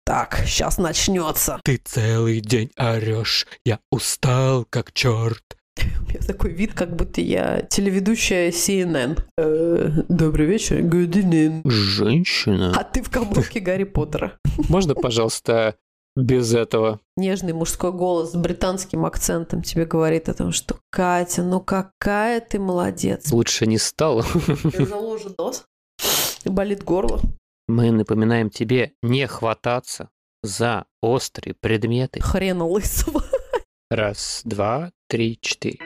Так, сейчас начнется. Ты целый день орешь, я устал как черт. У меня такой вид, как будто я телеведущая CNN. Добрый вечер, good evening. Женщина? А ты в камбурке Гарри Поттера. Можно, пожалуйста, без этого? Нежный мужской голос с британским акцентом тебе говорит о том, что Катя, ну какая ты молодец. Лучше не стало. Заложен нос, болит горло. Мы напоминаем тебе не хвататься за острые предметы. Хрена лысого. 1, 2, 3, 4.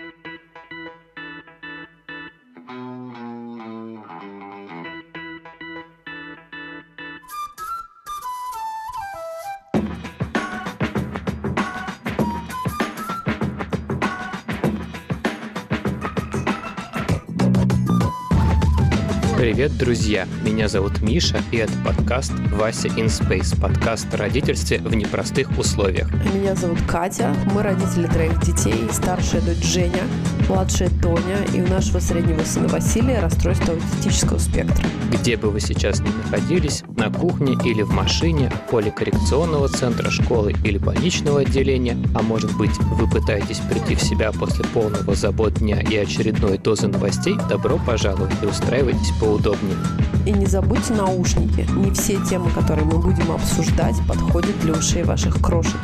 Привет, друзья! Меня зовут Миша, и это подкаст «Вася in Space», подкаст о родительстве в непростых условиях. Меня зовут Катя, мы родители 3 детей, старшая дочь Женя, младшая Тоня, и у нашего среднего сына Василия расстройство аутистического спектра. Где бы вы сейчас ни находились, на кухне или в машине, в поле коррекционного центра, школы или больничного отделения, а может быть, вы пытаетесь прийти в себя после полного забот дня и очередной дозы новостей, добро пожаловать и устраивайтесь поудобнее. И не забудьте наушники. Не все темы, которые мы будем обсуждать, подходят для ушей ваших крошек.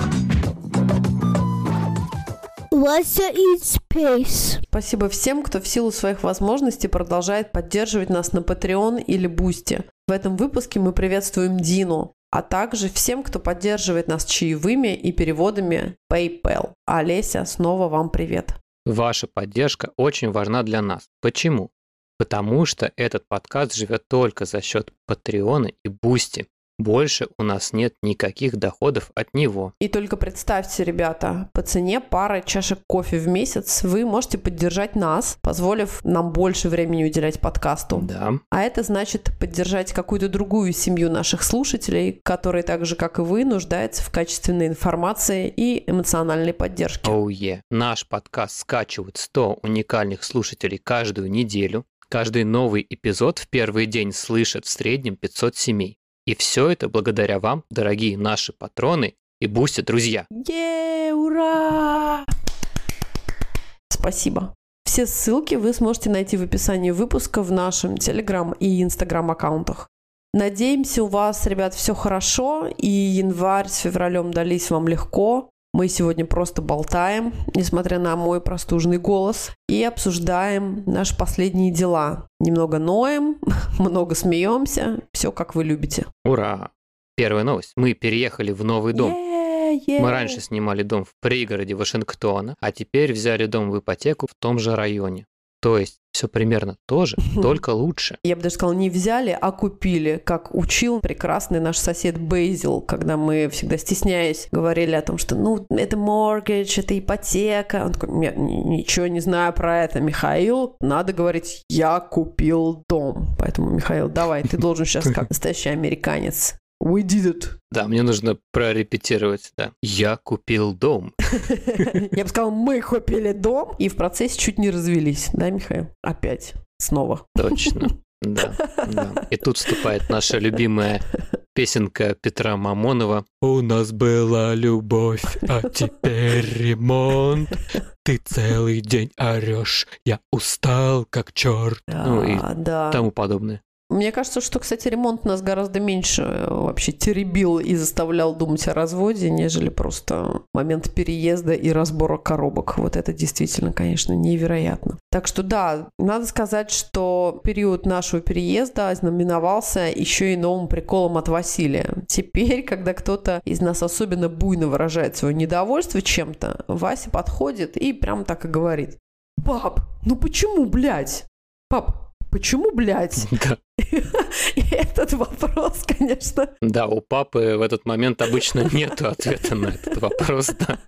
Вася in Space. Спасибо всем, кто в силу своих возможностей продолжает поддерживать нас на Patreon или Boosty. В этом выпуске мы приветствуем Дину, а также всем, кто поддерживает нас чаевыми и переводами PayPal. Олеся, снова вам привет. Ваша поддержка очень важна для нас. Почему? Потому что этот подкаст живет только за счет Патреона и Бусти. Больше у нас нет никаких доходов от него. И только представьте, ребята, по цене пары чашек кофе в месяц вы можете поддержать нас, позволив нам больше времени уделять подкасту. Да. А это значит поддержать какую-то другую семью наших слушателей, которые так же, как и вы, нуждаются в качественной информации и эмоциональной поддержке. Oh yeah. Наш подкаст скачивают 100 уникальных слушателей каждую неделю. Каждый новый эпизод в первый день слышат в среднем 500 семей. И все это благодаря вам, дорогие наши патроны и Бусти друзья. Ура! Спасибо. Все ссылки вы сможете найти в описании выпуска в нашем Telegram и Instagram аккаунтах. Надеемся, у вас, ребят, все хорошо, и январь с февралем дались вам легко. Мы сегодня просто болтаем, несмотря на мой простужный голос, и обсуждаем наши последние дела. Немного ноем, много смеемся, все как вы любите. Ура! Первая новость. Мы переехали в новый дом. Мы раньше снимали дом в пригороде Вашингтона, а теперь взяли дом в ипотеку в том же районе. То есть все примерно то же, только лучше. Я бы даже сказала, не взяли, а купили, как учил прекрасный наш сосед Бейзил, когда мы всегда, стесняясь, говорили о том, что это mortgage, это ипотека. Он такой, ничего не знаю про это, Михаил. Надо говорить, я купил дом. Поэтому, Михаил, давай, ты должен сейчас как настоящий американец. We did it. Да, мне нужно прорепетировать, да. Я купил дом. Я бы сказала, мы купили дом, и в процессе чуть не развелись, да, Михаил? Опять, снова. Точно, да. И тут вступает наша любимая песенка Петра Мамонова. У нас была любовь, а теперь ремонт. Ты целый день орешь, я устал как черт. И тому подобное. Мне кажется, что, кстати, ремонт нас гораздо меньше вообще теребил и заставлял думать о разводе, нежели просто момент переезда и разбора коробок. Вот это действительно, конечно, невероятно. Так что да, надо сказать, что период нашего переезда ознаменовался еще и новым приколом от Василия. Теперь, когда кто-то из нас особенно буйно выражает свое недовольство чем-то, Вася подходит и прям так и говорит. Пап, почему, блядь? Пап, почему, блядь? Да. И этот вопрос, конечно... Да, у папы в этот момент обычно нет ответа на этот вопрос, да.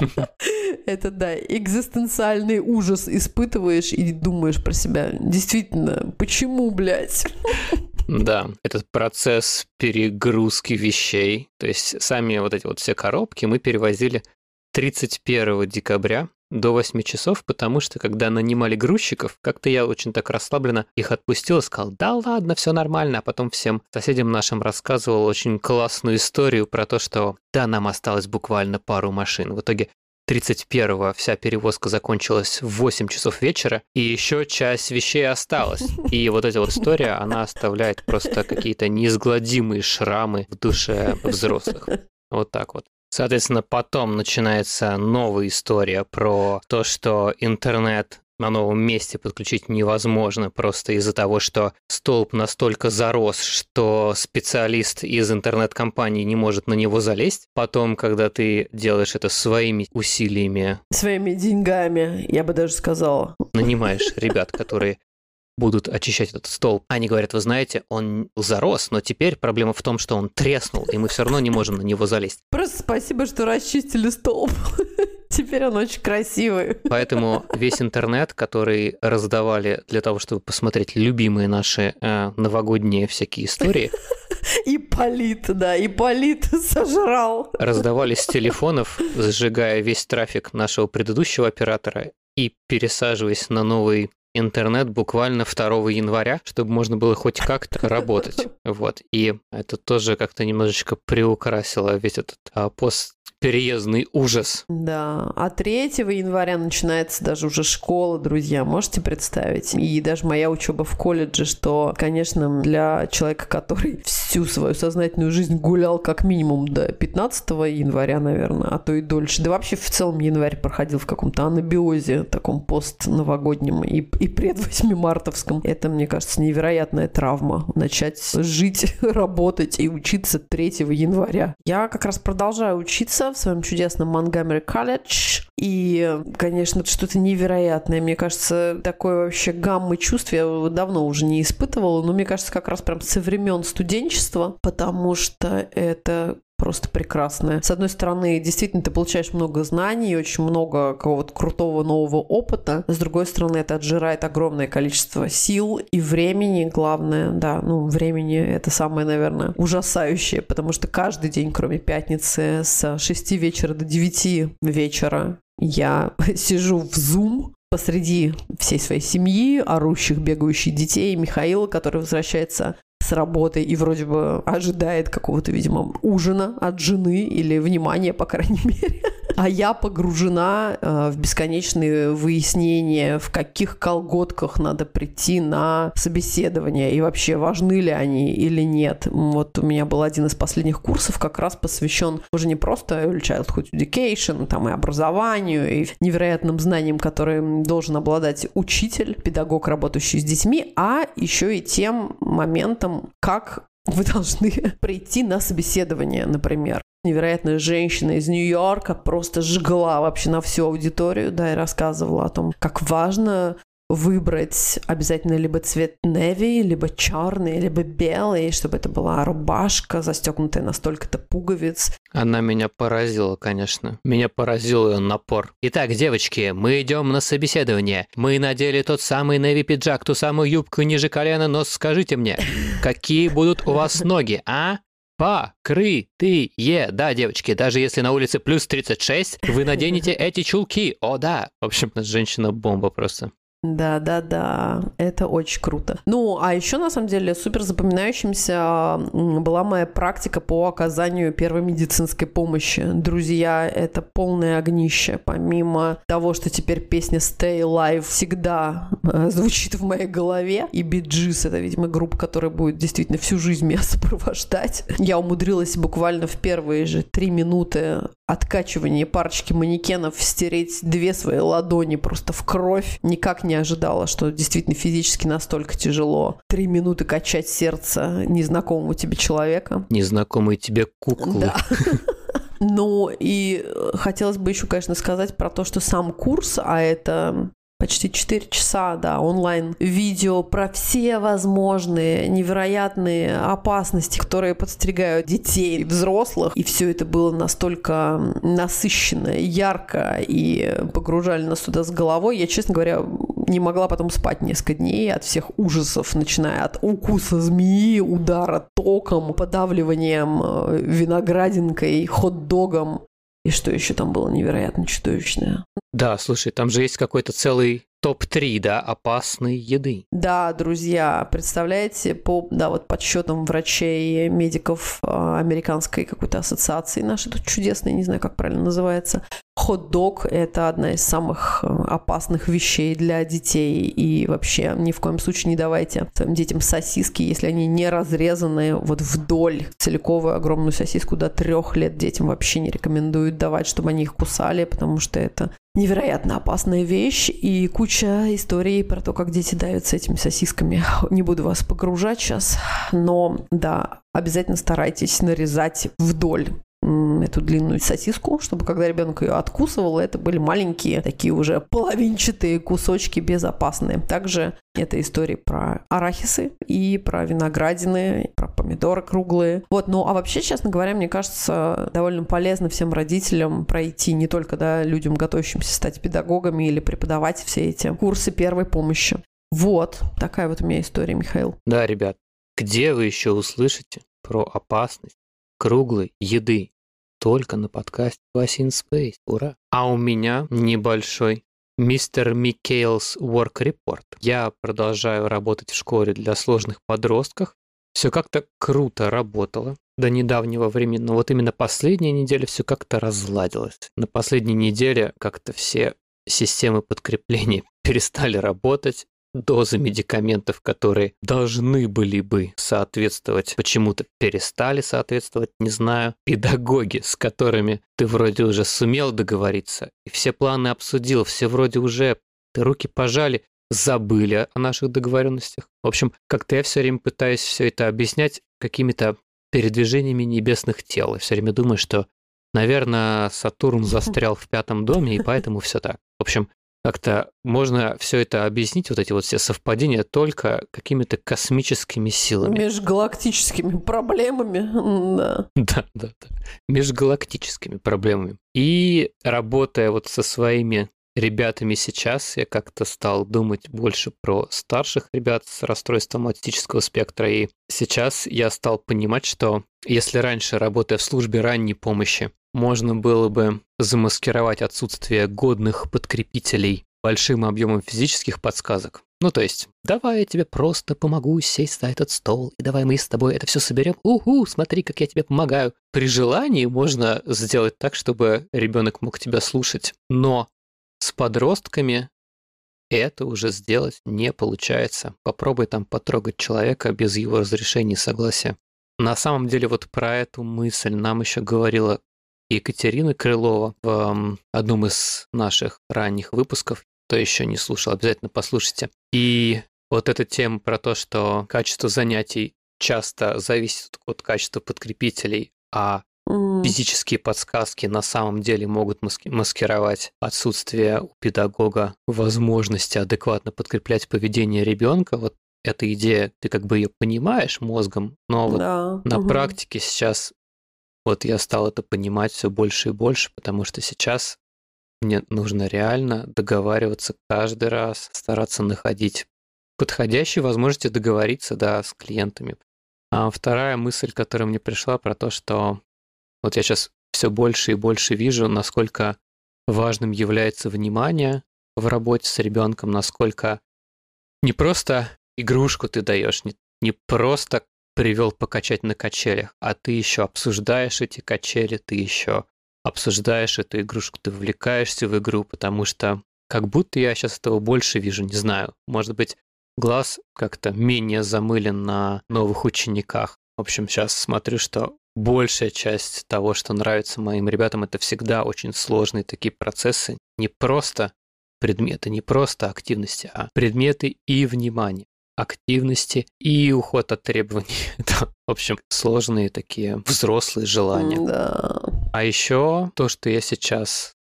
Это, да, экзистенциальный ужас испытываешь и думаешь про себя. Действительно, почему, блядь? Да, этот процесс перегрузки вещей, то есть сами вот эти вот все коробки мы перевозили 31 декабря до 8 часов, потому что, когда нанимали грузчиков, как-то я очень так расслабленно их отпустил и сказал, да ладно, все нормально, а потом всем соседям нашим рассказывал очень классную историю про то, что да, нам осталось буквально пару машин. В итоге 31-го вся перевозка закончилась в 8 часов вечера, и еще часть вещей осталась. И вот эта вот история, она оставляет просто какие-то неизгладимые шрамы в душе взрослых. Вот так вот. Соответственно, потом начинается новая история про то, что интернет на новом месте подключить невозможно просто из-за того, что столб настолько зарос, что специалист из интернет-компании не может на него залезть. Потом, когда ты делаешь это своими усилиями... Своими деньгами, я бы даже сказала. Нанимаешь ребят, которые будут очищать этот столб. Они говорят, вы знаете, он зарос, но теперь проблема в том, что он треснул, и мы все равно не можем на него залезть. Просто спасибо, что расчистили столб. Теперь он очень красивый. Поэтому весь интернет, который раздавали для того, чтобы посмотреть любимые наши новогодние всякие истории... Ипполит, да, Ипполит сожрал. Раздавали с телефонов, сжигая весь трафик нашего предыдущего оператора и пересаживаясь на новый интернет буквально 2 января, чтобы можно было хоть как-то работать. Вот. И это тоже как-то немножечко приукрасило весь этот постпереездный ужас. Да. А 3 января начинается даже уже школа, друзья. Можете представить? И даже моя учеба в колледже, что, конечно, для человека, который всю свою сознательную жизнь гулял как минимум до 15 января, наверное, а то и дольше. Да вообще в целом январь проходил в каком-то анабиозе, таком постновогоднем и пред 8-мартовском. Это, мне кажется, невероятная травма. Начать жить, работать и учиться 3 января. Я как раз продолжаю учиться в своем чудесном Монгомери колледж. И, конечно, что-то невероятное. Мне кажется, такое вообще гаммы чувств я давно уже не испытывала. Но мне кажется, как раз прям со времен студенчества, потому что это просто прекрасное. С одной стороны, действительно, ты получаешь много знаний, очень много какого-то крутого нового опыта. С другой стороны, это отжирает огромное количество сил и времени, главное. Да, времени — это самое, наверное, ужасающее, потому что каждый день, кроме пятницы, с 6 вечера до 9 вечера я сижу в Zoom посреди всей своей семьи, орущих, бегающих детей, Михаила, который возвращается с работы и вроде бы ожидает какого-то, видимо, ужина от жены или внимания, по крайней мере. А я погружена в бесконечные выяснения, в каких колготках надо прийти на собеседование и вообще важны ли они или нет. Вот у меня был один из последних курсов, как раз посвящен уже не просто Early Childhood Education, там и образованию, и невероятным знаниям, которым должен обладать учитель, педагог, работающий с детьми, а еще и тем моментом, как вы должны прийти на собеседование, например. Невероятная женщина из Нью-Йорка просто жгла вообще на всю аудиторию, да, и рассказывала о том, как важно выбрать обязательно либо цвет неви, либо черный, либо белый, чтобы это была рубашка, застегнутая на столько-то пуговиц. Она меня поразила, конечно. Меня поразил ее напор. Итак, девочки, мы идем на собеседование. Мы надели тот самый неви пиджак, ту самую юбку ниже колена, но скажите мне, какие будут у вас ноги, а? Покрытые. Да, девочки, даже если на улице плюс 36, вы наденете эти чулки. О, да. В общем, женщина-бомба просто. Да, это очень круто. А еще, на самом деле, супер запоминающимся была моя практика по оказанию первой медицинской помощи. Друзья, это полное огнище. Помимо того, что теперь песня Stay Alive всегда звучит в моей голове, и Bee Gees — это, видимо, группа, которая будет действительно всю жизнь меня сопровождать. Я умудрилась буквально в первые же 3 минуты откачивания парочки манекенов стереть 2 свои ладони просто в кровь. Никак не ожидала, что действительно физически настолько тяжело 3 минуты качать сердце незнакомого тебе человека. Незнакомые тебе куклы. Да. И хотелось бы еще, конечно, сказать про то, что сам курс, а это почти 4 часа, да, онлайн-видео про все возможные невероятные опасности, которые подстерегают детей и взрослых. И все это было настолько насыщенно, ярко и погружали нас туда с головой. Я, честно говоря, не могла потом спать несколько дней от всех ужасов, начиная от укуса змеи, удара током, подавливанием виноградинкой, хот-догом. И что еще там было невероятно чудовищное? Да, слушай, там же есть какой-то целый топ-3, да, опасной еды. Да, друзья, представляете, по подсчетам врачей, медиков американской какой-то ассоциации нашей тут чудесной, не знаю, как правильно называется, хот-дог – это одна из самых опасных вещей для детей. И вообще ни в коем случае не давайте своим детям сосиски, если они не разрезаны вот вдоль. Целиковую огромную сосиску до 3 лет детям вообще не рекомендуют давать, чтобы они их кусали, потому что это невероятно опасная вещь, и куча историй про то, как дети давятся этими сосисками. Не буду вас погружать сейчас, но да, обязательно старайтесь нарезать вдоль эту длинную сосиску, чтобы когда ребенок ее откусывал, это были маленькие, такие уже половинчатые кусочки безопасные. Также это истории про арахисы и про виноградины, и про помидоры круглые. Ну а вообще, честно говоря, мне кажется, довольно полезно всем родителям пройти, не только людям, готовящимся стать педагогами или преподавать все эти курсы первой помощи. Такая у меня история, Михаил. Да, ребят, где вы еще услышите про опасность круглой еды? Только на подкасте What's in Space. Ура! А у меня небольшой Мистер Микейлс Work Report. Я продолжаю работать в школе для сложных подростков. Все как-то круто работало до недавнего времени, но именно последняя неделя все как-то разладилось. На последней неделе как-то все системы подкрепления перестали работать. Дозы медикаментов, которые должны были бы соответствовать, почему-то перестали соответствовать, не знаю. Педагоги, с которыми ты вроде уже сумел договориться, и все планы обсудил, все вроде уже руки пожали, забыли о наших договоренностях. В общем, как-то я все время пытаюсь все это объяснять какими-то передвижениями небесных тел. И все время думаю, что, наверное, Сатурн застрял в 5-м доме, и поэтому все так. В общем, как-то можно все это объяснить, эти все совпадения, только какими-то космическими силами. Межгалактическими проблемами, да. Да. Межгалактическими проблемами. И работая со своими ребятами сейчас, я как-то стал думать больше про старших ребят с расстройством аутистического спектра. И сейчас я стал понимать, что если раньше, работая в службе ранней помощи, можно было бы замаскировать отсутствие годных подкрепителей большим объемом физических подсказок. То есть, давай я тебе просто помогу сесть за этот стол, и давай мы с тобой это все соберем. Смотри, как я тебе помогаю. При желании можно сделать так, чтобы ребенок мог тебя слушать. Но с подростками это уже сделать не получается. Попробуй потрогать человека без его разрешения и согласия. На самом деле про эту мысль нам еще говорила Екатерина Крылова в одном из наших ранних выпусков. Кто еще не слушал, обязательно послушайте. И эта тема про то, что качество занятий часто зависит от качества подкрепителей, а физические подсказки на самом деле могут маскировать отсутствие у педагога возможности адекватно подкреплять поведение ребенка. Эта идея, ты ее понимаешь мозгом, но на практике сейчас я стал это понимать все больше и больше, потому что сейчас мне нужно реально договариваться каждый раз, стараться находить подходящие возможности договориться, с клиентами. А вторая мысль, которая мне пришла, про то, что я сейчас все больше и больше вижу, насколько важным является внимание в работе с ребенком, насколько не просто игрушку ты даешь, не просто привел покачать на качелях, а ты еще обсуждаешь эти качели, ты еще обсуждаешь эту игрушку, ты вовлекаешься в игру, потому что как будто я сейчас этого больше вижу, не знаю. Может быть, глаз как-то менее замылен на новых учениках. В общем, сейчас смотрю, что большая часть того, что нравится моим ребятам, это всегда очень сложные такие процессы. Не просто предметы, не просто активности, а предметы и внимание. Активности и уход от требований. Это, в общем, сложные такие взрослые желания. Да. А еще то, что я сейчас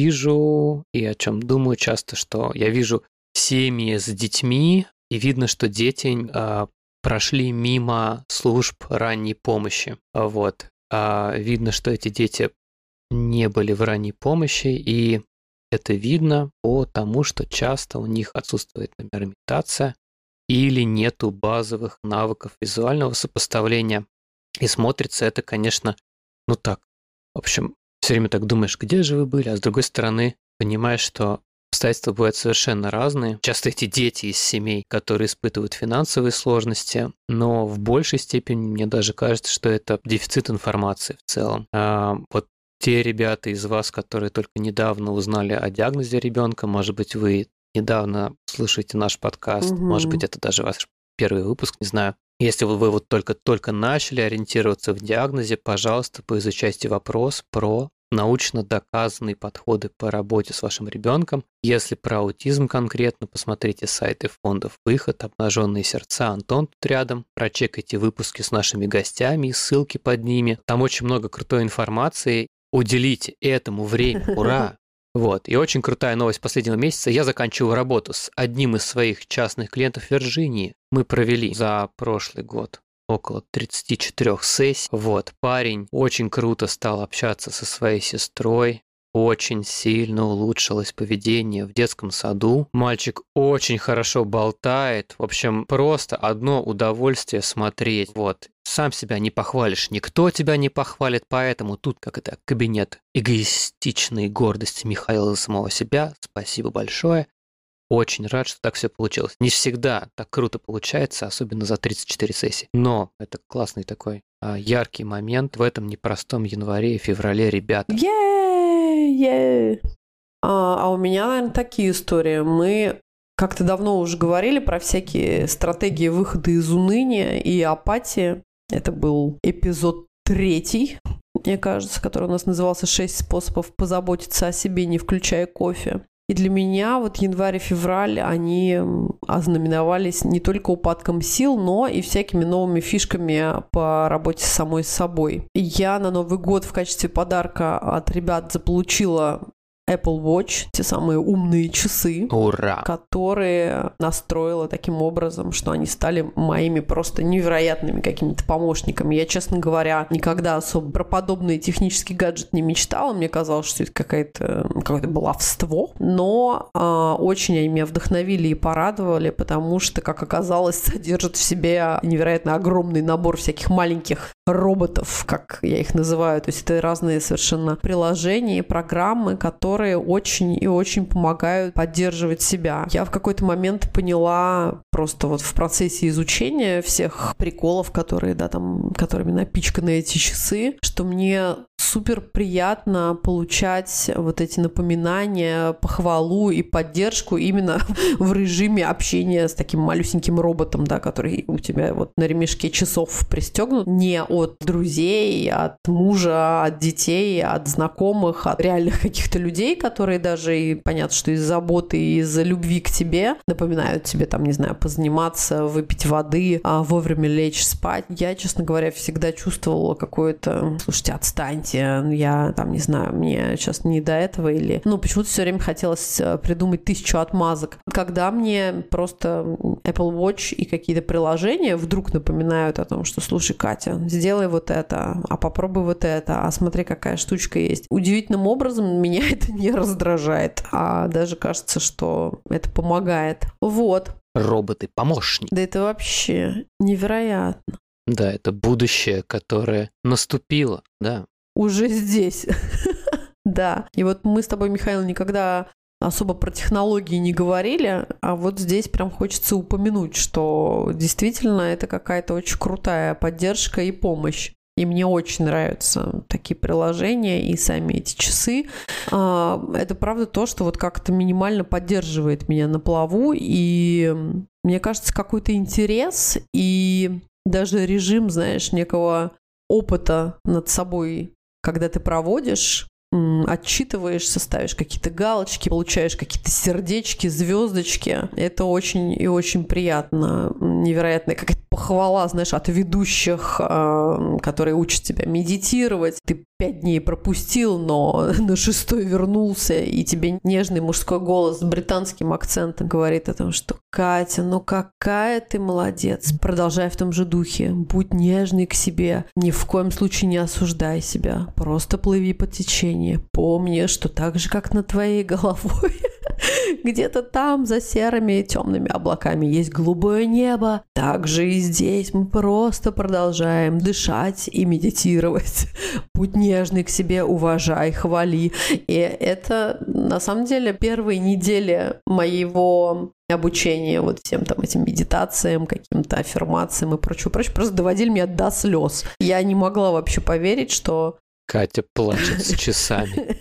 вижу и о чем думаю часто, что я вижу семьи с детьми, и видно, что дети прошли мимо служб ранней помощи. Видно, что эти дети не были в ранней помощи, и это видно по тому, что часто у них отсутствует, например, имитация, или нету базовых навыков визуального сопоставления. И смотрится это, конечно, так. В общем, все время так думаешь, где же вы были? А с другой стороны, понимаешь, что обстоятельства бывают совершенно разные. Часто эти дети из семей, которые испытывают финансовые сложности, но в большей степени мне даже кажется, что это дефицит информации в целом. Вот те ребята из вас, которые только недавно узнали о диагнозе ребенка, может быть, вы недавно слышите наш подкаст, может быть, это даже ваш первый выпуск, не знаю. Если вы вот только начали ориентироваться в диагнозе, пожалуйста, поизучайте вопрос про научно доказанные подходы по работе с вашим ребенком. Если про аутизм конкретно, посмотрите сайты фондов «Выход», «Обнаженные сердца», Антон тут рядом. Прочекайте выпуски с нашими гостями и ссылки под ними. Там очень много крутой информации. Уделите этому время. Ура! Вот. И очень крутая новость последнего месяца. Я заканчиваю работу с одним из своих частных клиентов в Вирджинии. Мы провели за прошлый год около 34 сессий. Вот. Парень очень круто стал общаться со своей сестрой. Очень сильно улучшилось поведение в детском саду. Мальчик очень хорошо болтает. В общем, просто одно удовольствие смотреть. Вот. Сам себя не похвалишь, никто тебя не похвалит, поэтому тут, как это, кабинет эгоистичной гордости Михаила за самого себя. Спасибо большое. Очень рад, что так все получилось. Не всегда так круто получается, особенно за 34 сессии. Но это классный такой яркий момент в этом непростом январе и феврале, ребята. А у меня, наверное, такие истории. Мы как-то давно уже говорили про всякие стратегии выхода из уныния и апатии. Это был эпизод 3, мне кажется, который у нас назывался «6 способов позаботиться о себе, не включая кофе». И для меня вот январь и февраль, они ознаменовались не только упадком сил, но и всякими новыми фишками по работе с самой собой. Я на Новый год в качестве подарка от ребят заполучила Apple Watch, те самые умные часы, Ура! которые настроила таким образом, что они стали моими просто невероятными какими-то помощниками. Я, честно говоря, никогда особо про подобный технический гаджет не мечтала. Мне казалось, что это какое-то баловство. Но очень они меня вдохновили и порадовали, потому что, как оказалось, содержат в себе невероятно огромный набор всяких маленьких роботов, как я их называю. То есть это разные совершенно приложения и программы, которые очень и очень помогают поддерживать себя. Я в какой-то момент поняла просто вот в процессе изучения всех приколов, которыми напичканы эти часы, что мне супер приятно получать вот эти напоминания, похвалу и поддержку именно в режиме общения с таким малюсеньким роботом, да, который у тебя вот на ремешке часов пристегнут, не от друзей, от мужа, от детей, от знакомых, от реальных каких-то людей, которые даже, и понятно, что из заботы и из-за любви к тебе напоминают тебе, там, не знаю, позаниматься, выпить воды, вовремя лечь спать. Я, честно говоря, всегда чувствовала какое-то, слушайте, отстаньте, я там, не знаю, мне сейчас не до этого, или... почему-то все время хотелось придумать 1000 отмазок. Когда мне просто Apple Watch и какие-то приложения вдруг напоминают о том, что, слушай, Катя, сделай вот это, а попробуй вот это, а смотри, какая штучка есть. Удивительным образом меня это не раздражает, а даже кажется, что это помогает. Вот. Роботы-помощники. Да это вообще невероятно. Да, это будущее, которое наступило, да. Уже здесь. Да. И вот мы с тобой, Михаил, никогда особо про технологии не говорили, а вот здесь прям хочется упомянуть, что действительно это какая-то очень крутая поддержка и помощь. И мне очень нравятся такие приложения и сами эти часы. Это правда то, что вот как-то минимально поддерживает меня на плаву. И мне кажется, какой-то интерес и даже режим, знаешь, некого опыта над собой, когда ты проводишь, отчитываешься, ставишь какие-то галочки, получаешь какие-то сердечки, звездочки. Это очень и очень приятно. Невероятная какая-то похвала, знаешь, от ведущих, которые учат тебя медитировать. Ты 5 дней пропустил, но на 6-й вернулся, и тебе нежный мужской голос с британским акцентом говорит о том, что «Катя, ну какая ты молодец! Продолжай в том же духе, будь нежной к себе, ни в коем случае не осуждай себя, просто плыви по течению, помни, что так же, как над твоей головой Где-то там за серыми темными облаками есть голубое небо. Так же и здесь мы просто продолжаем дышать и медитировать. Будь нежный к себе, уважай, хвали. И это, на самом деле, первые недели моего обучения вот всем там этим медитациям, каким-то аффирмациям и прочее, просто доводили меня до слез. Я не могла вообще поверить, что... Катя плачет с часами.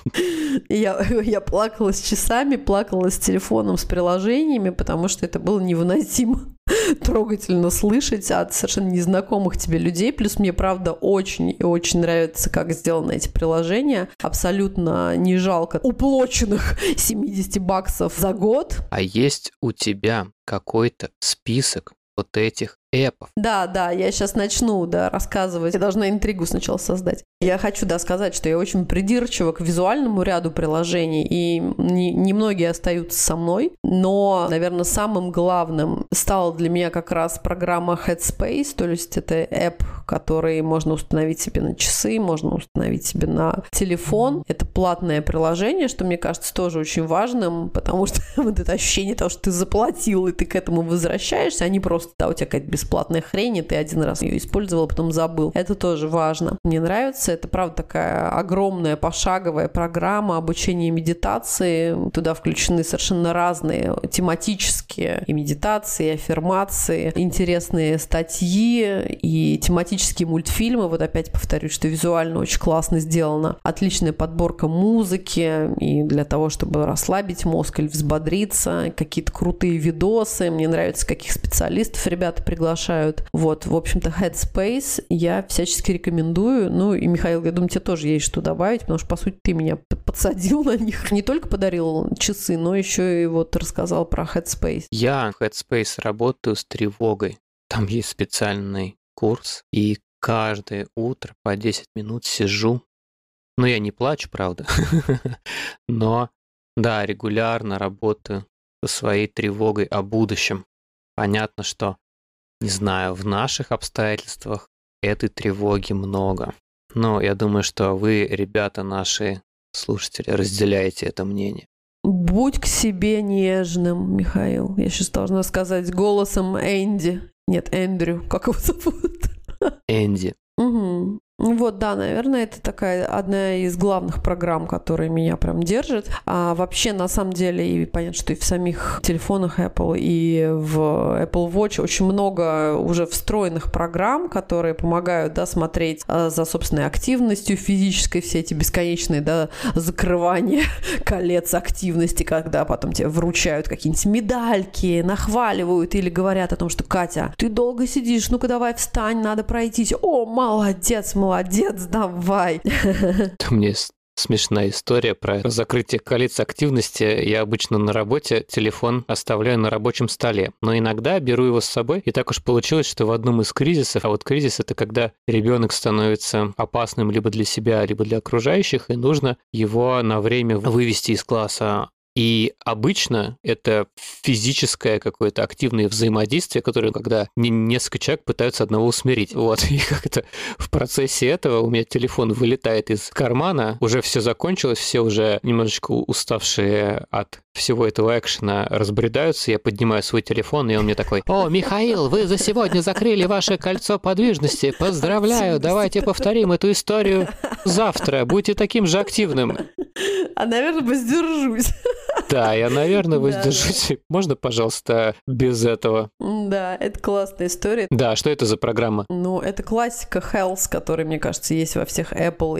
Я плакала с часами, плакала с телефоном, с приложениями, потому что это было невыносимо трогательно слышать от совершенно незнакомых тебе людей. Плюс мне, правда, очень и очень нравится, как сделаны эти приложения. Абсолютно не жалко уплоченных $70 за год. А есть у тебя какой-то список вот этих эпов? Да, я сейчас начну, рассказывать. Я должна интригу сначала создать. Я хочу, сказать, что я очень придирчива к визуальному ряду приложений, и немногие остаются со мной, но, наверное, самым главным стала для меня как раз программа Headspace, то есть это эп, который можно установить себе на часы, можно установить себе на телефон. Это платное приложение, что мне кажется тоже очень важным, потому что вот это ощущение того, что ты заплатил, и ты к этому возвращаешься, а не просто, у тебя какая-то бесплатная хрень, и ты один раз ее использовал, потом забыл. Это тоже важно. Мне нравится. Это, правда, такая огромная пошаговая программа обучения медитации. Туда включены совершенно разные тематические и медитации, и аффирмации, интересные статьи и тематические мультфильмы. Вот опять повторюсь, что визуально очень классно сделано. Отличная подборка музыки и для того, чтобы расслабить мозг или взбодриться. Какие-то крутые видосы. Мне нравится, каких специалистов ребята приглашают. Вот, в общем-то, Headspace я всячески рекомендую. Ну и, Михаил, я думаю, тебе тоже есть что добавить, потому что, по сути, ты меня подсадил на них. Не только подарил часы, но еще и вот рассказал про Headspace. Я в Headspace работаю с тревогой. Там есть специальный курс, и каждое утро по 10 минут сижу. Ну, я не плачу, правда, но, да, регулярно работаю со своей тревогой о будущем. Понятно, что, не знаю, в наших обстоятельствах этой тревоги много. Но я думаю, что вы, ребята, наши слушатели, разделяете это мнение. Будь к себе нежным, Михаил. Я сейчас должна сказать голосом Энди. Нет, Эндрю. Как его зовут? Энди. Угу. Вот, да, наверное, это такая одна из главных программ, которые меня прям держат. А вообще, на самом деле, и понятно, что и в самих телефонах Apple, и в Apple Watch очень много уже встроенных программ, которые помогают, смотреть за собственной активностью физической, все эти бесконечные, закрывания колец активности, когда потом тебе вручают какие-нибудь медальки, нахваливают или говорят о том, что Катя, ты долго сидишь, ну-ка давай встань, надо пройтись. О, молодец, давай. У меня есть смешная история про закрытие колец активности. Я обычно на работе телефон оставляю на рабочем столе, но иногда беру его с собой, и так уж получилось, что в одном из кризисов, а вот кризис — это когда ребенок становится опасным либо для себя, либо для окружающих, и нужно его на время вывести из класса. И обычно это физическое какое-то активное взаимодействие, которое, когда несколько человек пытаются одного усмирить. Вот, и как-то в процессе этого у меня телефон вылетает из кармана, уже все закончилось, все уже немножечко уставшие от всего этого экшена разбредаются, я поднимаю свой телефон, и он мне такой: «О, Михаил, вы за сегодня закрыли ваше кольцо подвижности, поздравляю, давайте повторим эту историю завтра, будьте таким же активным». А, наверное, воздержусь. Да, я, наверное, воздержусь. Можно, пожалуйста, без этого? Да, это классная история. Да, что это за программа? Ну, это классика Health, которая, мне кажется, есть во всех Apple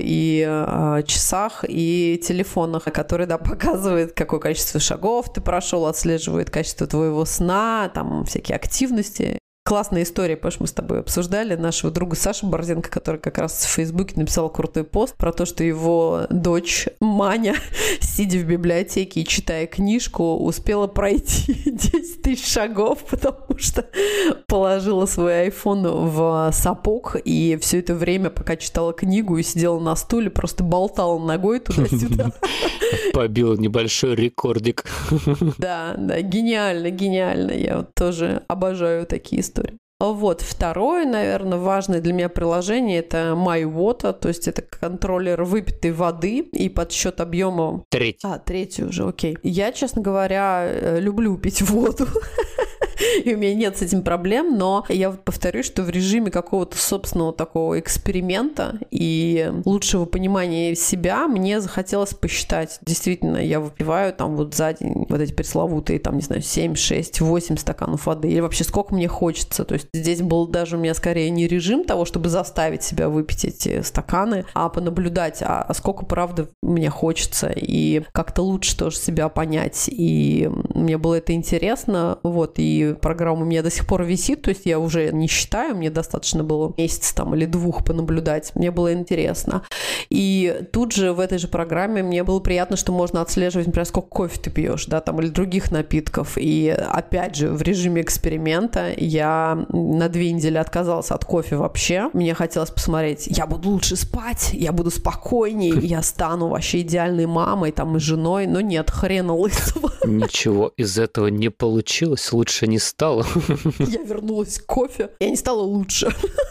и часах, и телефонах, который, показывает, какое количество шагов ты прошел, отслеживает качество твоего сна, там всякие активности. Классная история, потому что мы с тобой обсуждали нашего друга Сашу Борзенко, который как раз в Фейсбуке написал крутой пост про то, что его дочь Маня, сидя в библиотеке и читая книжку, успела пройти 10 тысяч шагов, потому что положила свой iPhone в сапог, и все это время, пока читала книгу и сидела на стуле, просто болтала ногой туда-сюда. Побила небольшой рекордик. Да, гениально. Я вот тоже обожаю такие истории. Вот, второе, наверное, важное для меня приложение – это MyWater, то есть это контроллер выпитой воды и подсчет объема. Третий уже, окей. Я, честно говоря, люблю пить воду. И у меня нет с этим проблем, но я вот повторюсь, что в режиме какого-то собственного такого эксперимента и лучшего понимания себя мне захотелось посчитать. Действительно, я выпиваю там вот за день вот эти пресловутые, там, не знаю, 7, 6, 8 стаканов воды. Или вообще сколько мне хочется. То есть здесь был даже у меня скорее не режим того, чтобы заставить себя выпить эти стаканы, а понаблюдать, а сколько правда мне хочется. И как-то лучше тоже себя понять. И мне было это интересно. Вот, и программа у меня до сих пор висит, то есть я уже не считаю, мне достаточно было месяц там или 2 понаблюдать, мне было интересно. И тут же в этой же программе мне было приятно, что можно отслеживать, например, сколько кофе ты пьешь, да, там, или других напитков. И опять же, в режиме эксперимента я на 2 недели отказалась от кофе вообще. Мне хотелось посмотреть, я буду лучше спать, я буду спокойнее, я стану вообще идеальной мамой там и женой, но нет, хрена лысого. Ничего из этого не получилось, лучше не стало. Я вернулась к кофе. Я не стала лучше.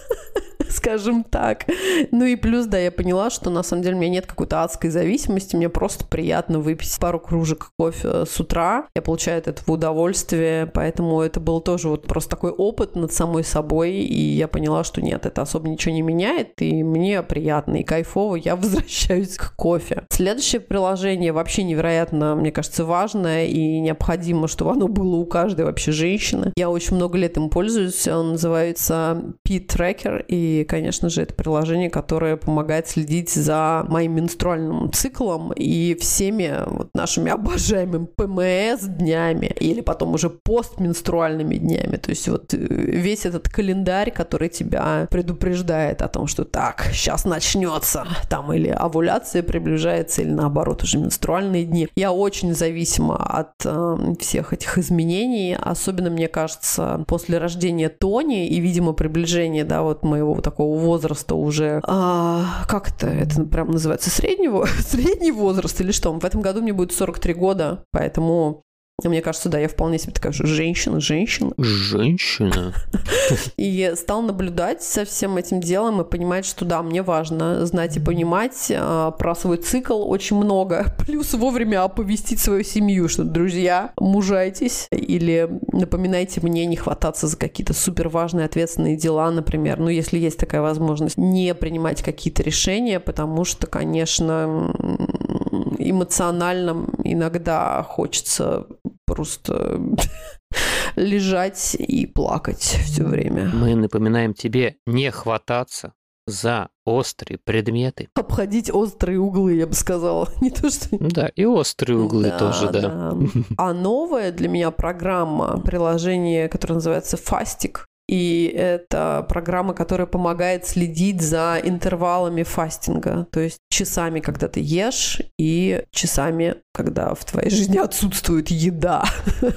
Скажем так. Ну и плюс, да, я поняла, что на самом деле у меня нет какой-то адской зависимости, мне просто приятно выпить пару кружек кофе с утра, я получаю от этого удовольствие, поэтому это был тоже вот просто такой опыт над самой собой, и я поняла, что нет, это особо ничего не меняет, и мне приятно и кайфово, я возвращаюсь к кофе. Следующее приложение вообще невероятно, мне кажется, важное и необходимо, чтобы оно было у каждой вообще женщины. Я очень много лет им пользуюсь, он называется P-Tracker, и конечно же, это приложение, которое помогает следить за моим менструальным циклом и всеми вот нашими обожаемыми ПМС-днями или потом уже постменструальными днями. То есть вот весь этот календарь, который тебя предупреждает о том, что так, сейчас начнется, там или овуляция приближается, или наоборот уже менструальные дни. Я очень зависима от всех этих изменений, особенно, мне кажется, после рождения Тони и, видимо, приближения, да, вот моего такого возраста уже, как это прям называется, средний возраст или что? В этом году мне будет 43 года, поэтому мне кажется, да, я вполне себе такая же женщина. И стал наблюдать за всем этим делом и понимать, что да, мне важно знать и понимать про свой цикл очень много. Плюс вовремя оповестить свою семью, что, друзья, мужайтесь или напоминайте мне не хвататься за какие-то супер важные ответственные дела, например. Ну, если есть такая возможность, не принимать какие-то решения, потому что, конечно, эмоционально иногда хочется просто лежать и плакать все время. Мы напоминаем тебе не хвататься за острые предметы. Обходить острые углы, я бы сказала. Не то, что... Да, и острые углы тоже, да. А новая для меня программа, приложение, которое называется Fastic. И это программа, которая помогает следить за интервалами фастинга. То есть часами, когда ты ешь, и часами, когда в твоей жизни отсутствует еда.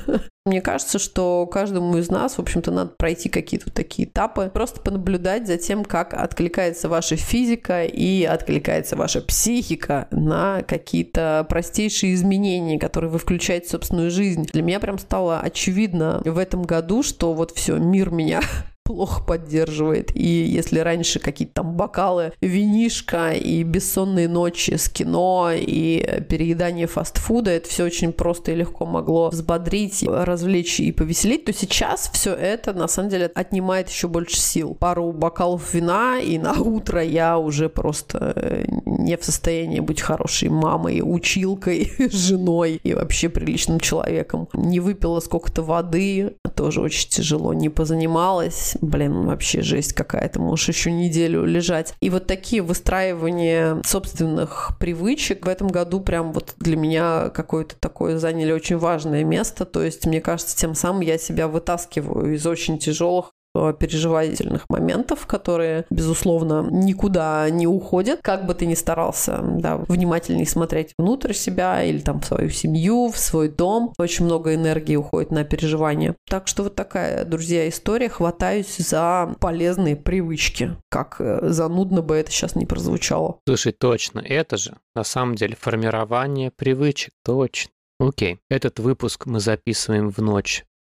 Мне кажется, что каждому из нас, в общем-то, надо пройти какие-то такие этапы, просто понаблюдать за тем, как откликается ваша физика и откликается ваша психика на какие-то простейшие изменения, которые вы включаете в собственную жизнь. Для меня прям стало очевидно в этом году, что вот все, мир меня плохо поддерживает. И если раньше какие-то там бокалы, винишко и бессонные ночи с кино и переедание фастфуда, это все очень просто и легко могло взбодрить, развлечь и повеселить, то сейчас все это на самом деле отнимает еще больше сил. Пару бокалов вина, и на утро я уже просто не в состоянии быть хорошей мамой, училкой, женой и вообще приличным человеком. Не выпила сколько-то воды, тоже очень тяжело, не позанималась. Блин, вообще жесть какая-то, можешь еще неделю лежать. И вот такие выстраивания собственных привычек в этом году прям вот для меня какое-то такое заняли очень важное место. То есть, мне кажется, тем самым я себя вытаскиваю из очень тяжелых переживательных моментов, которые, безусловно, никуда не уходят. Как бы ты ни старался, да, внимательнее смотреть внутрь себя или там в свою семью, в свой дом. Очень много энергии уходит на переживания. Так что вот такая, друзья, история. Хватаюсь за полезные привычки. Как занудно бы это сейчас не прозвучало. Слушай, точно, это же на самом деле формирование привычек. Точно. Окей. Этот выпуск мы записываем в ночь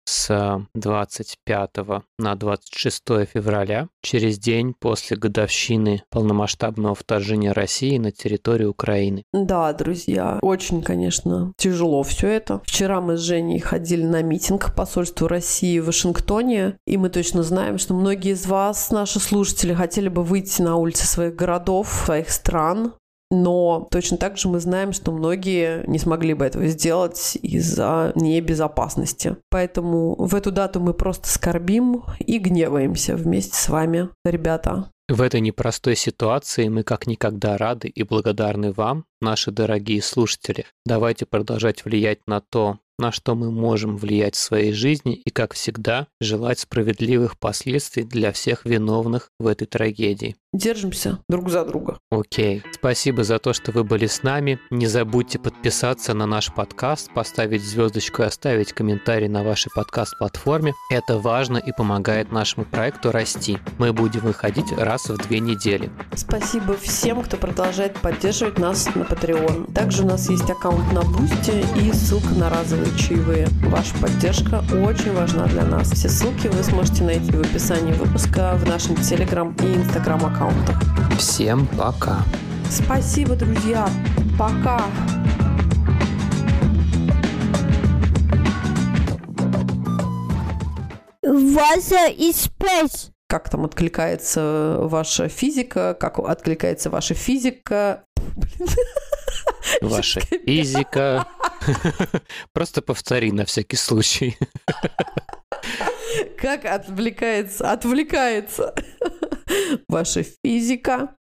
с 25 на 26 февраля, через день после годовщины полномасштабного вторжения России на территорию Украины. Да, друзья, очень, конечно, тяжело все это. Вчера мы с Женей ходили на митинг к посольству России в Вашингтоне, и мы точно знаем, что многие из вас, наши слушатели, хотели бы выйти на улицы своих городов, своих стран, но точно так же мы знаем, что многие не смогли бы этого сделать из-за небезопасности. Поэтому в эту дату мы просто скорбим и гневаемся вместе с вами, ребята. В этой непростой ситуации мы как никогда рады и благодарны вам, наши дорогие слушатели. Давайте продолжать влиять на то, на что мы можем влиять в своей жизни и, как всегда, желать справедливых последствий для всех виновных в этой трагедии. Держимся друг за друга. Окей. Спасибо за то, что вы были с нами. Не забудьте подписаться на наш подкаст, поставить звездочку и оставить комментарий на вашей подкаст-платформе. Это важно и помогает нашему проекту расти. Мы будем выходить раз в 2 недели. Спасибо всем, кто продолжает поддерживать нас на Patreon. Также у нас есть аккаунт на Boosty и ссылка на разовые чаевые. Ваша поддержка очень важна для нас. Все ссылки вы сможете найти в описании выпуска, в нашем Telegram и Instagram аккаунтах. Всем пока. Спасибо, друзья. Пока. Wasser is space. Как там откликается ваша физика? Как откликается ваша физика? Ваша физика. Просто повтори на всякий случай. Как отвлекается ваша физика